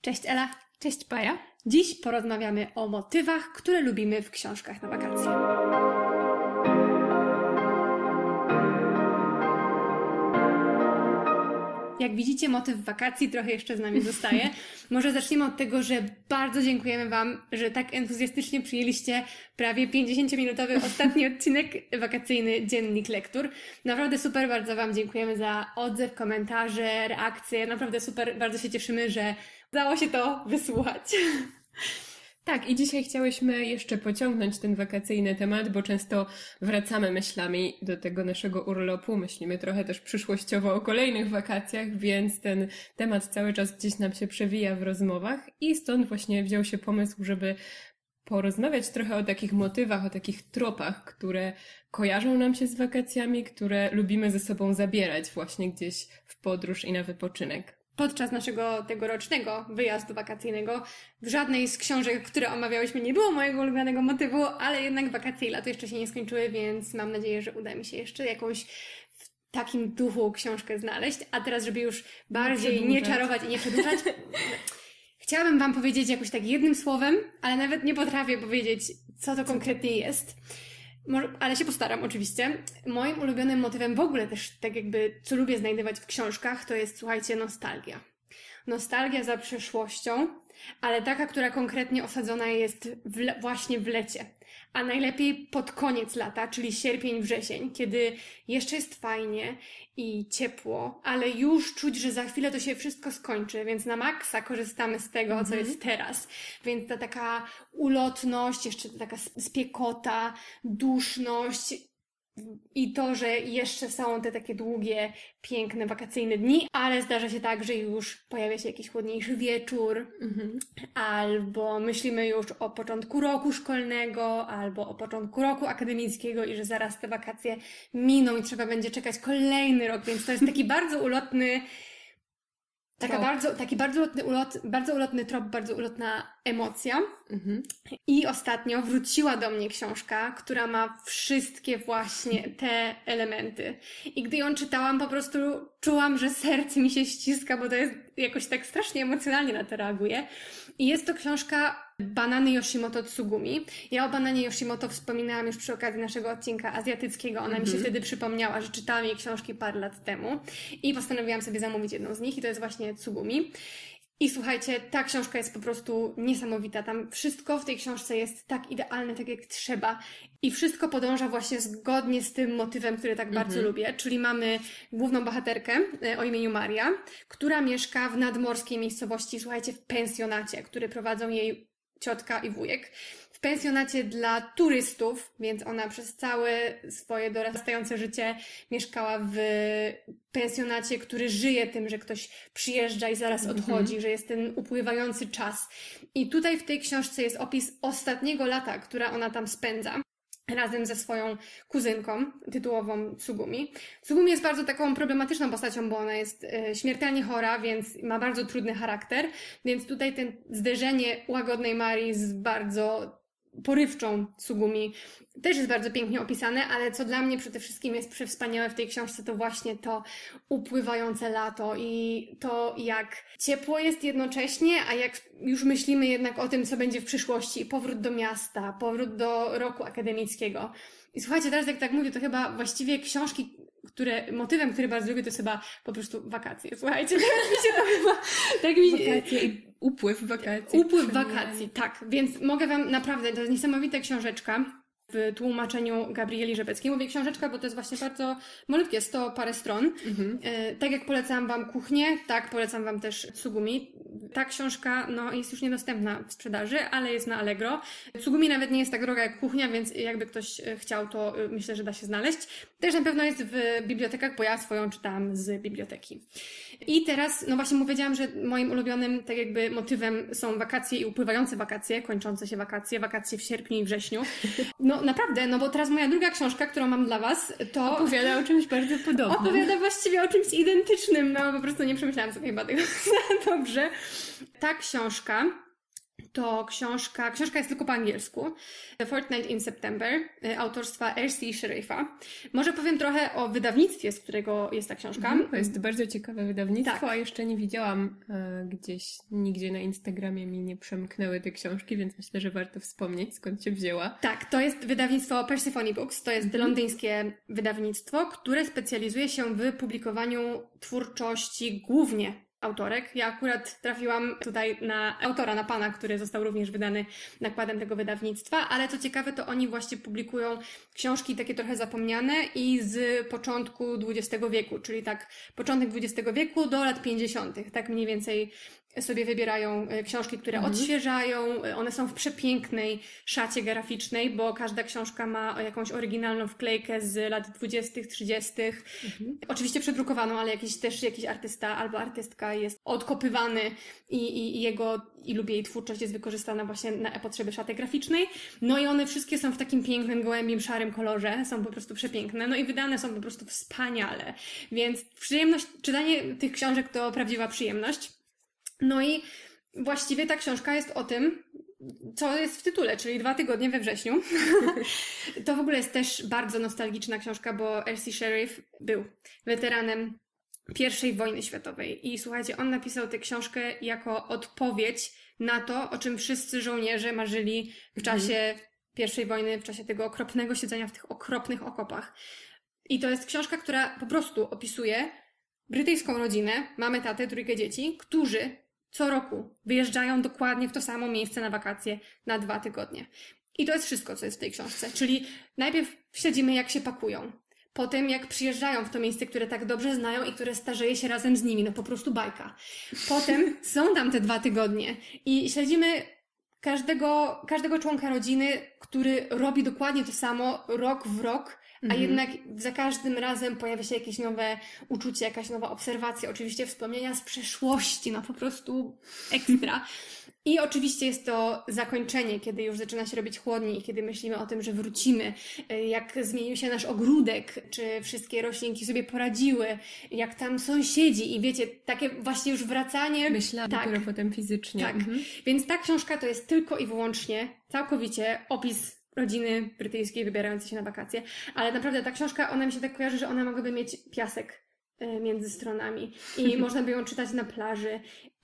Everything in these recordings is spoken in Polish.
Cześć Ela. Cześć Paja. Dziś porozmawiamy o motywach, które lubimy w książkach na wakacje. Jak widzicie, motyw wakacji trochę jeszcze z nami zostaje. Może zaczniemy od tego, że bardzo dziękujemy Wam, że tak entuzjastycznie przyjęliście prawie 50-minutowy ostatni odcinek wakacyjny Dziennik Lektur. Naprawdę super, bardzo Wam dziękujemy za odzew, komentarze, reakcje. Naprawdę super, bardzo się cieszymy, że udało się to wysłuchać. Tak, i dzisiaj chciałyśmy jeszcze pociągnąć ten wakacyjny temat, bo często wracamy myślami do tego naszego urlopu, myślimy trochę też przyszłościowo o kolejnych wakacjach, więc ten temat cały czas gdzieś nam się przewija w rozmowach i stąd właśnie wziął się pomysł, żeby porozmawiać trochę o takich motywach, o takich tropach, które kojarzą nam się z wakacjami, które lubimy ze sobą zabierać właśnie gdzieś w podróż i na wypoczynek. Podczas naszego tegorocznego wyjazdu wakacyjnego w żadnej z książek, które omawiałyśmy, nie było mojego ulubionego motywu, ale jednak wakacje i lato jeszcze się nie skończyły, więc mam nadzieję, że uda mi się jeszcze jakąś w takim duchu książkę znaleźć. A teraz, żeby już bardziej nie czarować i nie przedłużać, chciałabym Wam powiedzieć jakoś tak jednym słowem, ale nawet nie potrafię powiedzieć, co to konkretnie jest. Ale się postaram oczywiście. Moim ulubionym motywem w ogóle też, tak jakby, co lubię znajdywać w książkach, to jest, słuchajcie, nostalgia. Nostalgia za przeszłością, ale taka, która konkretnie osadzona jest właśnie w lecie. A najlepiej pod koniec lata, czyli sierpień, wrzesień, kiedy jeszcze jest fajnie i ciepło, ale już czuć, że za chwilę to się wszystko skończy, więc na maksa korzystamy z tego, co jest teraz. Więc ta taka ulotność, jeszcze taka spiekota, duszność i to, że jeszcze są te takie długie, piękne, wakacyjne dni, ale zdarza się tak, że już pojawia się jakiś chłodniejszy wieczór, albo myślimy już o początku roku szkolnego, albo o początku roku akademickiego i że zaraz te wakacje miną i trzeba będzie czekać kolejny rok, więc to jest taki bardzo ulotny bardzo ulotny trop, bardzo ulotna emocja. I ostatnio wróciła do mnie książka, która ma wszystkie właśnie te elementy. I gdy ją czytałam, po prostu czułam, że serce mi się ściska, bo to jest jakoś tak strasznie emocjonalnie na to reaguje. I jest to książka Banany Yoshimoto Tsugumi. Ja o Bananie Yoshimoto wspominałam już przy okazji naszego odcinka azjatyckiego. Ona mi się wtedy przypomniała, że czytałam jej książki parę lat temu i postanowiłam sobie zamówić jedną z nich i to jest właśnie Tsugumi. I słuchajcie, ta książka jest po prostu niesamowita. Tam wszystko w tej książce jest tak idealne, tak jak trzeba. I wszystko podąża właśnie zgodnie z tym motywem, który tak bardzo lubię. Czyli mamy główną bohaterkę o imieniu Maria, która mieszka w nadmorskiej miejscowości, słuchajcie, w pensjonacie, który prowadzą jej ciotka i wujek. W pensjonacie dla turystów, więc ona przez całe swoje dorastające życie mieszkała w pensjonacie, który żyje tym, że ktoś przyjeżdża i zaraz odchodzi, że jest ten upływający czas. I tutaj w tej książce jest opis ostatniego lata, która ona tam spędza razem ze swoją kuzynką tytułową Tsugumi. Tsugumi jest bardzo taką problematyczną postacią, bo ona jest śmiertelnie chora, więc ma bardzo trudny charakter, więc tutaj ten zderzenie łagodnej Marii z bardzo porywczą Tsugumi też jest bardzo pięknie opisane, ale co dla mnie przede wszystkim jest przewspaniałe w tej książce, to właśnie to upływające lato i to, jak ciepło jest jednocześnie, a jak już myślimy jednak o tym, co będzie w przyszłości, powrót do miasta, powrót do roku akademickiego. I słuchajcie, teraz jak tak mówię, to chyba właściwie książki, motywem, który bardzo lubię, to jest chyba po prostu wakacje. Słuchajcie, teraz mi się to chyba... Wakacje i upływ wakacji. Upływ wakacji, tak. Więc mogę Wam naprawdę, to jest niesamowita książeczka w tłumaczeniu Gabrieli Rzepeckiej. Mówię książeczka, bo to jest właśnie bardzo malutkie, 100 parę stron. Tak jak polecałam Wam Kuchnię, tak polecam Wam też Tsugumi. Ta książka jest już niedostępna w sprzedaży, ale jest na Allegro. Tsugumi nawet nie jest tak droga jak Kuchnia, więc jakby ktoś chciał, to myślę, że da się znaleźć. Też na pewno jest w bibliotekach, bo ja swoją czytałam z biblioteki. I teraz, właśnie powiedziałam, że moim ulubionym tak jakby motywem są wakacje i upływające wakacje, kończące się wakacje w sierpniu i wrześniu. Naprawdę, bo teraz moja druga książka, którą mam dla Was, to... Opowiada o czymś bardzo podobnym. Opowiada właściwie o czymś identycznym, po prostu nie przemyślałam sobie chyba tego za dobrze. Ta książka to książka jest tylko po angielsku, The Fortnight in September, autorstwa R.C. Sheriffa. Może powiem trochę o wydawnictwie, z którego jest ta książka. To jest bardzo ciekawe wydawnictwo, Tak. a jeszcze nie widziałam gdzieś, nigdzie na Instagramie mi nie przemknęły te książki, więc myślę, że warto wspomnieć, skąd się wzięła. Tak, to jest wydawnictwo Persephone Books, to jest londyńskie wydawnictwo, które specjalizuje się w publikowaniu twórczości głównie autorek. Ja akurat trafiłam tutaj na autora, na pana, który został również wydany nakładem tego wydawnictwa, ale co ciekawe, to oni właśnie publikują książki takie trochę zapomniane i z początku XX wieku, czyli tak początek XX wieku do lat 50. Tak mniej więcej sobie wybierają książki, które odświeżają. One są w przepięknej szacie graficznej, bo każda książka ma jakąś oryginalną wklejkę z lat 20., 30. Oczywiście przedrukowaną, ale jakiś artysta albo artystka jest odkopywany i lub jej twórczość jest wykorzystana właśnie na potrzeby szaty graficznej. No i one wszystkie są w takim pięknym, gołębim, szarym kolorze. Są po prostu przepiękne. No i wydane są po prostu wspaniale. Więc czytanie tych książek to prawdziwa przyjemność. No i właściwie ta książka jest o tym, co jest w tytule, czyli 2 tygodnie we wrześniu. To w ogóle jest też bardzo nostalgiczna książka, bo R.C. Sheriff był weteranem I wojny światowej. I słuchajcie, on napisał tę książkę jako odpowiedź na to, o czym wszyscy żołnierze marzyli w czasie I wojny, w czasie tego okropnego siedzenia w tych okropnych okopach. I to jest książka, która po prostu opisuje brytyjską rodzinę, mamy tatę, 3 dzieci, którzy co roku wyjeżdżają dokładnie w to samo miejsce na wakacje na 2 tygodnie. I to jest wszystko, co jest w tej książce. Czyli najpierw śledzimy, jak się pakują. Potem, jak przyjeżdżają w to miejsce, które tak dobrze znają i które starzeje się razem z nimi. No po prostu bajka. Potem są tam te 2 tygodnie i śledzimy każdego członka rodziny, który robi dokładnie to samo rok w rok, a jednak za każdym razem pojawia się jakieś nowe uczucie, jakaś nowa obserwacja, oczywiście wspomnienia z przeszłości, no po prostu ekstra. I oczywiście jest to zakończenie, kiedy już zaczyna się robić chłodniej, kiedy myślimy o tym, że wrócimy, jak zmienił się nasz ogródek, czy wszystkie roślinki sobie poradziły, jak tam sąsiedzi i wiecie, takie właśnie już wracanie. Myślałam dopiero potem fizycznie. Tak, więc ta książka to jest tylko i wyłącznie, całkowicie opis rodziny brytyjskiej wybierającej się na wakacje, ale naprawdę ta książka, ona mi się tak kojarzy, że ona mogłaby mieć piasek między stronami i można by ją czytać na plaży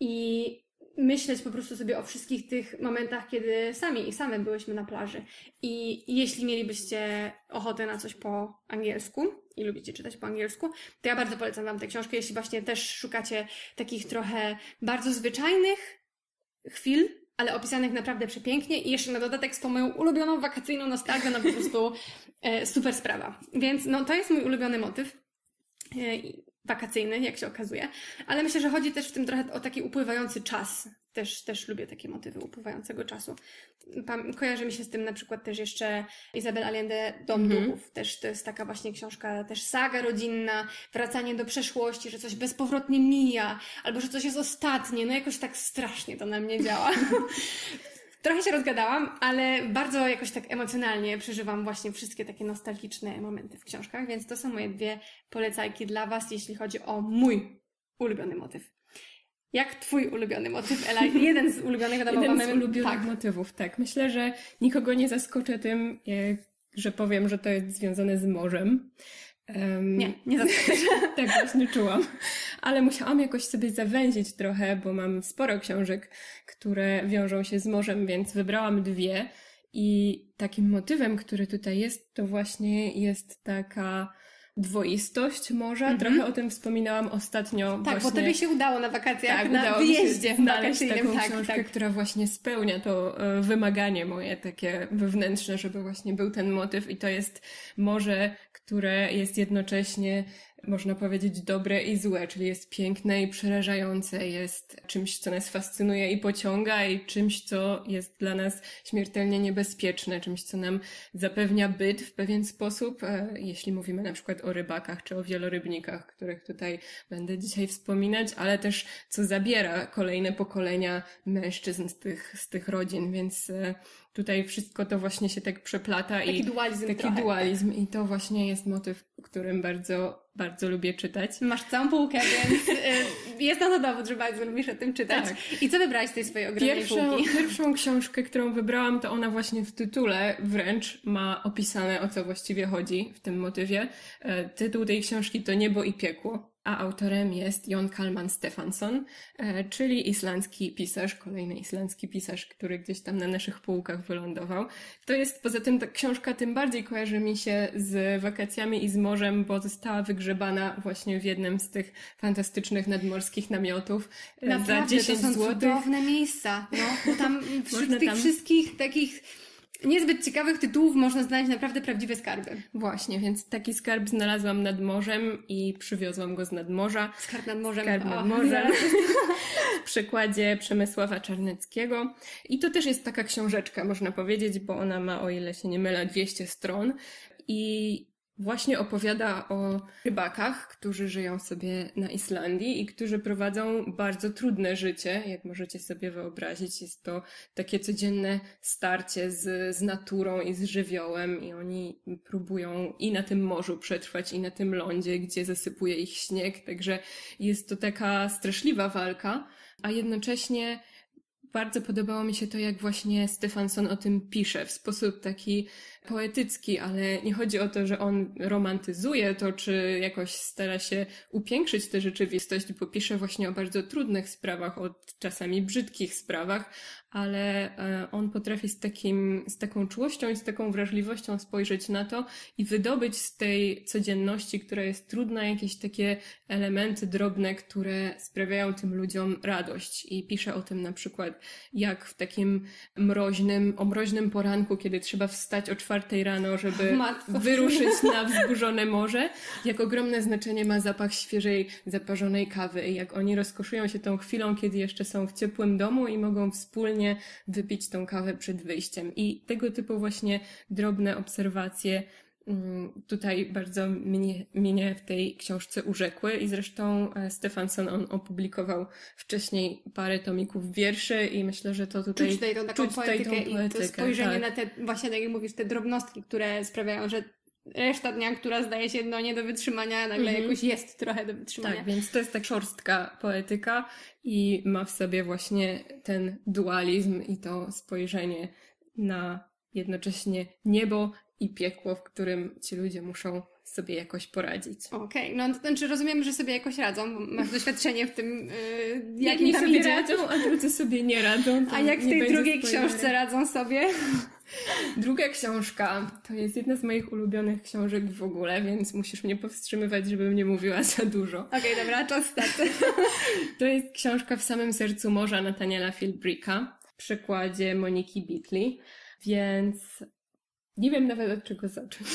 i myśleć po prostu sobie o wszystkich tych momentach, kiedy same byłyśmy na plaży. I jeśli mielibyście ochotę na coś po angielsku i lubicie czytać po angielsku, to ja bardzo polecam wam tę książkę, jeśli właśnie też szukacie takich trochę bardzo zwyczajnych chwil, ale opisanych naprawdę przepięknie i jeszcze na dodatek z tą moją ulubioną wakacyjną nostalgią, no po prostu super sprawa. Więc no to jest mój ulubiony motyw wakacyjny, jak się okazuje, ale myślę, że chodzi też w tym trochę o taki upływający czas. Też lubię takie motywy upływającego czasu. Kojarzy mi się z tym na przykład też jeszcze Isabel Allende, Dom duchów. Też to jest taka właśnie książka, też saga rodzinna, wracanie do przeszłości, że coś bezpowrotnie mija, albo że coś jest ostatnie. No jakoś tak strasznie to na mnie działa. Trochę się rozgadałam, ale bardzo jakoś tak emocjonalnie przeżywam właśnie wszystkie takie nostalgiczne momenty w książkach, więc to są moje 2 polecajki dla was, jeśli chodzi o mój ulubiony motyw. Jak twój ulubiony motyw, Ela? Jeden z ulubionych, Jeden z ulubionych motywów, tak. Myślę, że nikogo nie zaskoczę tym, że powiem, że to jest związane z morzem. Nie zaskoczę. Tak właśnie czułam. Ale musiałam jakoś sobie zawęzić trochę, bo mam sporo książek, które wiążą się z morzem, więc wybrałam 2. I takim motywem, który tutaj jest, to właśnie jest taka dwoistość morza. Trochę o tym wspominałam ostatnio. Tak, właśnie... bo tobie się udało na wakacjach, tak, na wyjeździe znaleźć taką książkę, która właśnie spełnia to wymaganie moje takie wewnętrzne, żeby właśnie był ten motyw i to jest morze, które jest jednocześnie, można powiedzieć, dobre i złe, czyli jest piękne i przerażające, jest czymś, co nas fascynuje i pociąga i czymś, co jest dla nas śmiertelnie niebezpieczne, czymś, co nam zapewnia byt w pewien sposób, jeśli mówimy na przykład o rybakach czy o wielorybnikach, których tutaj będę dzisiaj wspominać, ale też co zabiera kolejne pokolenia mężczyzn z tych rodzin, więc tutaj wszystko to właśnie się tak przeplata. Taki dualizm Taki trochę, dualizm i to właśnie jest motyw, którym bardzo bardzo lubię czytać. Masz całą półkę, więc jest na to dowód, że bardzo lubisz o tym czytać. Tak. I co wybrałaś z tej swojej ogromnej półki? Pierwszą książkę, którą wybrałam, to ona właśnie w tytule wręcz ma opisane, o co właściwie chodzi w tym motywie. Tytuł tej książki to Niebo i piekło, a autorem jest Jón Kalman Stefánsson, czyli islandzki pisarz, kolejny islandzki pisarz, który gdzieś tam na naszych półkach wylądował. To jest, poza tym ta książka tym bardziej kojarzy mi się z wakacjami i z morzem, bo została wygrzebana właśnie w jednym z tych fantastycznych nadmorskich namiotów. Naprawdę, za 10 to są zł. cudowne miejsca. No, bo tam wśród tych wszystkich takich niezbyt ciekawych tytułów można znaleźć naprawdę prawdziwe skarby. Właśnie, więc taki skarb znalazłam nad morzem i przywiozłam go z nadmorza. Skarb nad morzem. Skarb nad morzem. W przykładzie Przemysława Czarneckiego. I to też jest taka książeczka, można powiedzieć, bo ona ma, o ile się nie mylę, 200 stron. I właśnie opowiada o rybakach, którzy żyją sobie na Islandii i którzy prowadzą bardzo trudne życie, jak możecie sobie wyobrazić. Jest to takie codzienne starcie z naturą i z żywiołem i oni próbują i na tym morzu przetrwać, i na tym lądzie, gdzie zasypuje ich śnieg. Także jest to taka straszliwa walka, a jednocześnie bardzo podobało mi się to, jak właśnie Stefánsson o tym pisze w sposób taki poetycki, ale nie chodzi o to, że on romantyzuje to, czy jakoś stara się upiększyć tę rzeczywistość, bo pisze właśnie o bardzo trudnych sprawach, o czasami brzydkich sprawach, ale on potrafi z taką czułością i z taką wrażliwością spojrzeć na to i wydobyć z tej codzienności, która jest trudna, jakieś takie elementy drobne, które sprawiają tym ludziom radość. I pisze o tym na przykład, jak w takim mroźnym poranku, kiedy trzeba wstać o 4 rano, żeby wyruszyć na wzburzone morze, jak ogromne znaczenie ma zapach świeżej, zaparzonej kawy i jak oni rozkoszują się tą chwilą, kiedy jeszcze są w ciepłym domu i mogą wspólnie wypić tą kawę przed wyjściem. I tego typu właśnie drobne obserwacje tutaj bardzo mnie w tej książce urzekły i zresztą Stefánsson on opublikował wcześniej parę tomików wierszy i myślę, że to tutaj czuć tą taką poetykę i to spojrzenie na te, właśnie tak jak mówisz, te drobnostki, które sprawiają, że reszta dnia, która zdaje się nie do wytrzymania, nagle jakoś jest trochę do wytrzymania. Tak, więc to jest tak szorstka poetyka i ma w sobie właśnie ten dualizm i to spojrzenie na jednocześnie niebo i piekło, w którym ci ludzie muszą sobie jakoś poradzić. Okej, no to znaczy rozumiem, że sobie jakoś radzą, bo masz doświadczenie w tym, Jedni tam sobie radzą, a drudzy sobie nie radzą. A jak w tej drugiej książce radzą sobie? Druga książka to jest jedna z moich ulubionych książek w ogóle, więc musisz mnie powstrzymywać, żebym nie mówiła za dużo. Okej, dobra, czas start. To jest książka W samym sercu morza Nathaniela Philbricka w przekładzie Moniki Bitley, więc nie wiem nawet od czego zacząć.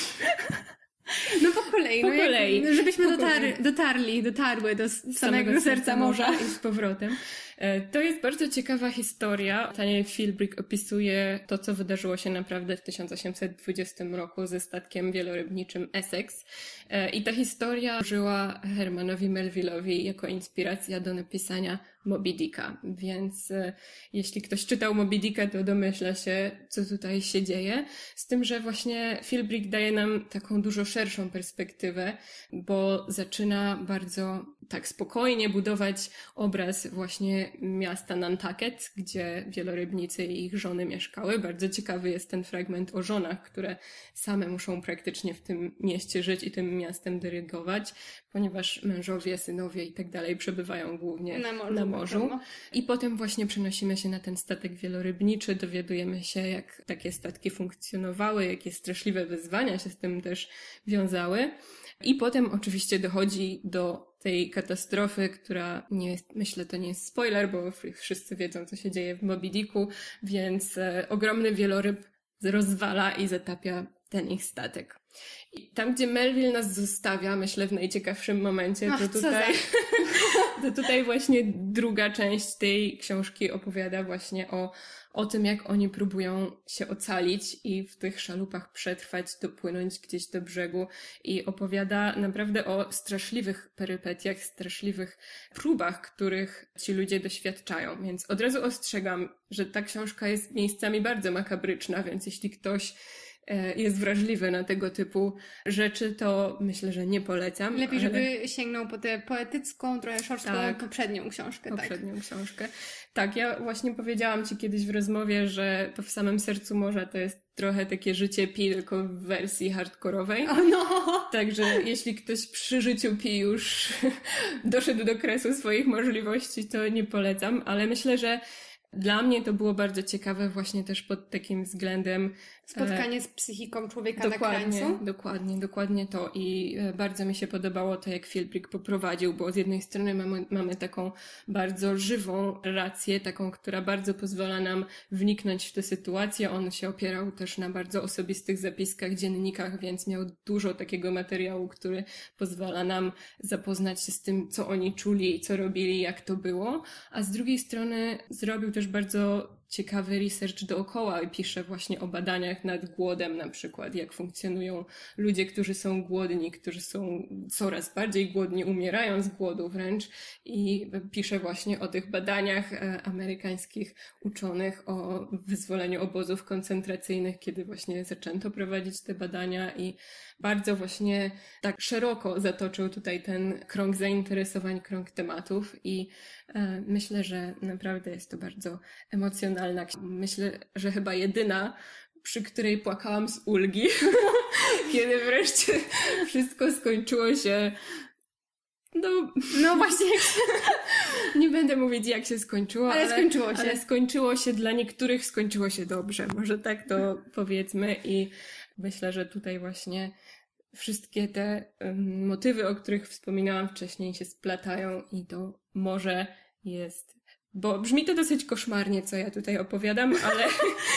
No po kolei. Po kolei. Żebyśmy dotarły do samego serca morza. I z powrotem. To jest bardzo ciekawa historia. Nathaniel Philbrick opisuje to, co wydarzyło się naprawdę w 1820 roku ze statkiem wielorybniczym Essex. I ta historia użyła Hermanowi Melville'owi jako inspiracja do napisania Moby Dicka. Więc jeśli ktoś czytał Moby Dicka, to domyśla się, co tutaj się dzieje. Z tym, że właśnie Philbrick daje nam taką dużo szerszą perspektywę, bo zaczyna bardzo tak spokojnie budować obraz właśnie miasta Nantucket, gdzie wielorybnicy i ich żony mieszkały. Bardzo ciekawy jest ten fragment o żonach, które same muszą praktycznie w tym mieście żyć i tym miastem dyrygować, ponieważ mężowie, synowie i tak dalej przebywają głównie na morzu. I potem właśnie przenosimy się na ten statek wielorybniczy, dowiadujemy się, jak takie statki funkcjonowały, jakie straszliwe wyzwania się z tym też wiązały. I potem oczywiście dochodzi do tej katastrofy, która nie jest, myślę, to nie jest spoiler, bo wszyscy wiedzą, co się dzieje w Moby Dicku, więc ogromny wieloryb rozwala i zatapia ten ich statek. I tam, gdzie Melville nas zostawia, myślę, w najciekawszym momencie, to tutaj właśnie druga część tej książki opowiada właśnie o tym, jak oni próbują się ocalić i w tych szalupach przetrwać, dopłynąć gdzieś do brzegu i opowiada naprawdę o straszliwych perypetiach, straszliwych próbach, których ci ludzie doświadczają. Więc od razu ostrzegam, że ta książka jest miejscami bardzo makabryczna, więc jeśli ktoś jest wrażliwy na tego typu rzeczy, to myślę, że nie polecam. Lepiej, żeby sięgnął po tę poetycką, trochę szorstką, poprzednią książkę. Książkę. Tak, ja właśnie powiedziałam Ci kiedyś w rozmowie, że to W samym sercu morza to jest trochę takie życie Pi, tylko w wersji hardkorowej. O no! Także jeśli ktoś przy życiu Pi już doszedł do kresu swoich możliwości, to nie polecam, ale myślę, że dla mnie to było bardzo ciekawe właśnie też pod takim względem spotkanie z psychiką człowieka na krańcu. Dokładnie to i bardzo mi się podobało to, jak Philbrick poprowadził, bo z jednej strony mamy taką bardzo żywą relację, taką, która bardzo pozwala nam wniknąć w tę sytuację. On się opierał też na bardzo osobistych zapiskach, dziennikach, więc miał dużo takiego materiału, który pozwala nam zapoznać się z tym, co oni czuli, co robili, jak to było. A z drugiej strony zrobił też bardzo ciekawy research dookoła i pisze właśnie o badaniach nad głodem na przykład, jak funkcjonują ludzie, którzy są głodni, którzy są coraz bardziej głodni, umierają z głodu wręcz i pisze właśnie o tych badaniach amerykańskich uczonych o wyzwoleniu obozów koncentracyjnych, kiedy właśnie zaczęto prowadzić te badania i bardzo właśnie tak szeroko zatoczył tutaj ten krąg zainteresowań, krąg tematów i myślę, że naprawdę jest to bardzo emocjonalna. Myślę, że chyba jedyna, przy której płakałam z ulgi, kiedy wreszcie wszystko skończyło się. No właśnie. Nie będę mówić, jak się skończyło, ale skończyło się. Ale skończyło się dla niektórych, skończyło się dobrze. Może tak to powiedzmy i myślę, że tutaj właśnie wszystkie te motywy, o których wspominałam wcześniej, się splatają i to może jest. Bo brzmi to dosyć koszmarnie, co ja tutaj opowiadam, ale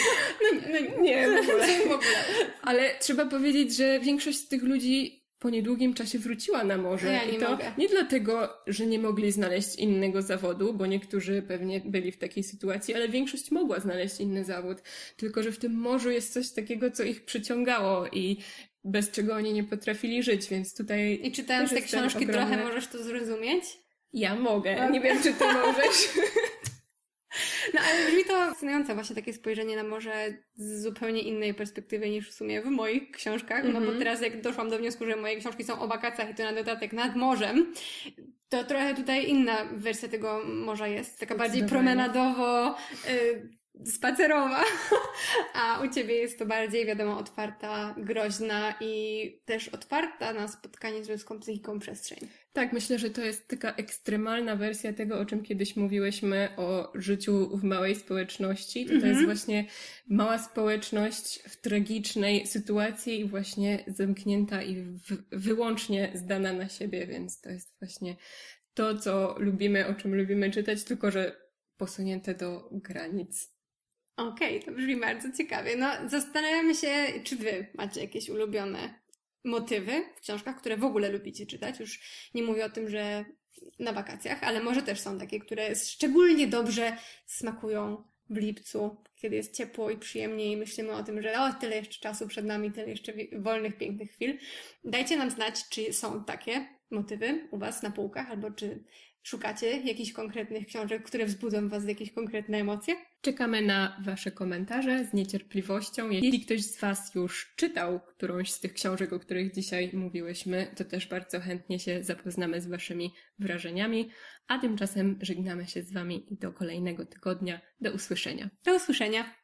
nie, w ogóle. Ale trzeba powiedzieć, że większość z tych ludzi po niedługim czasie wróciła na morze. Ja nie I to mogę. nie dlatego, że nie mogli znaleźć innego zawodu, bo niektórzy pewnie byli w takiej sytuacji, ale większość mogła znaleźć inny zawód. Tylko, że w tym morzu jest coś takiego, co ich przyciągało i bez czego oni nie potrafili żyć, więc tutaj... I czytając te książki trochę możesz to zrozumieć? Ja mogę. Nie wiem, czy ty możesz. No ale brzmi to fascynujące właśnie takie spojrzenie na morze z zupełnie innej perspektywy niż w sumie w moich książkach, no bo teraz jak doszłam do wniosku, że moje książki są o wakacjach i to na dodatek nad morzem, to trochę tutaj inna wersja tego morza jest, taka bardziej promenadowo, spacerowa, a u Ciebie jest to bardziej, wiadomo, otwarta, groźna i też otwarta na spotkanie z ludzką psychiką przestrzeń. Tak, myślę, że to jest taka ekstremalna wersja tego, o czym kiedyś mówiłyśmy, o życiu w małej społeczności. To jest właśnie mała społeczność w tragicznej sytuacji i właśnie zamknięta i wyłącznie zdana na siebie, więc to jest właśnie to, co lubimy, o czym lubimy czytać, tylko że posunięte do granic. Okej, to brzmi bardzo ciekawie. No, zastanawiamy się, czy Wy macie jakieś ulubione motywy w książkach, które w ogóle lubicie czytać. Już nie mówię o tym, że na wakacjach, ale może też są takie, które szczególnie dobrze smakują w lipcu, kiedy jest ciepło i przyjemnie i myślimy o tym, że tyle jeszcze czasu przed nami, tyle jeszcze wolnych, pięknych chwil. Dajcie nam znać, czy są takie motywy u Was na półkach, albo czy szukacie jakichś konkretnych książek, które wzbudzą w Was jakieś konkretne emocje? Czekamy na Wasze komentarze z niecierpliwością. Jeśli ktoś z Was już czytał którąś z tych książek, o których dzisiaj mówiłyśmy, to też bardzo chętnie się zapoznamy z Waszymi wrażeniami. A tymczasem żegnamy się z Wami i do kolejnego tygodnia. Do usłyszenia. Do usłyszenia.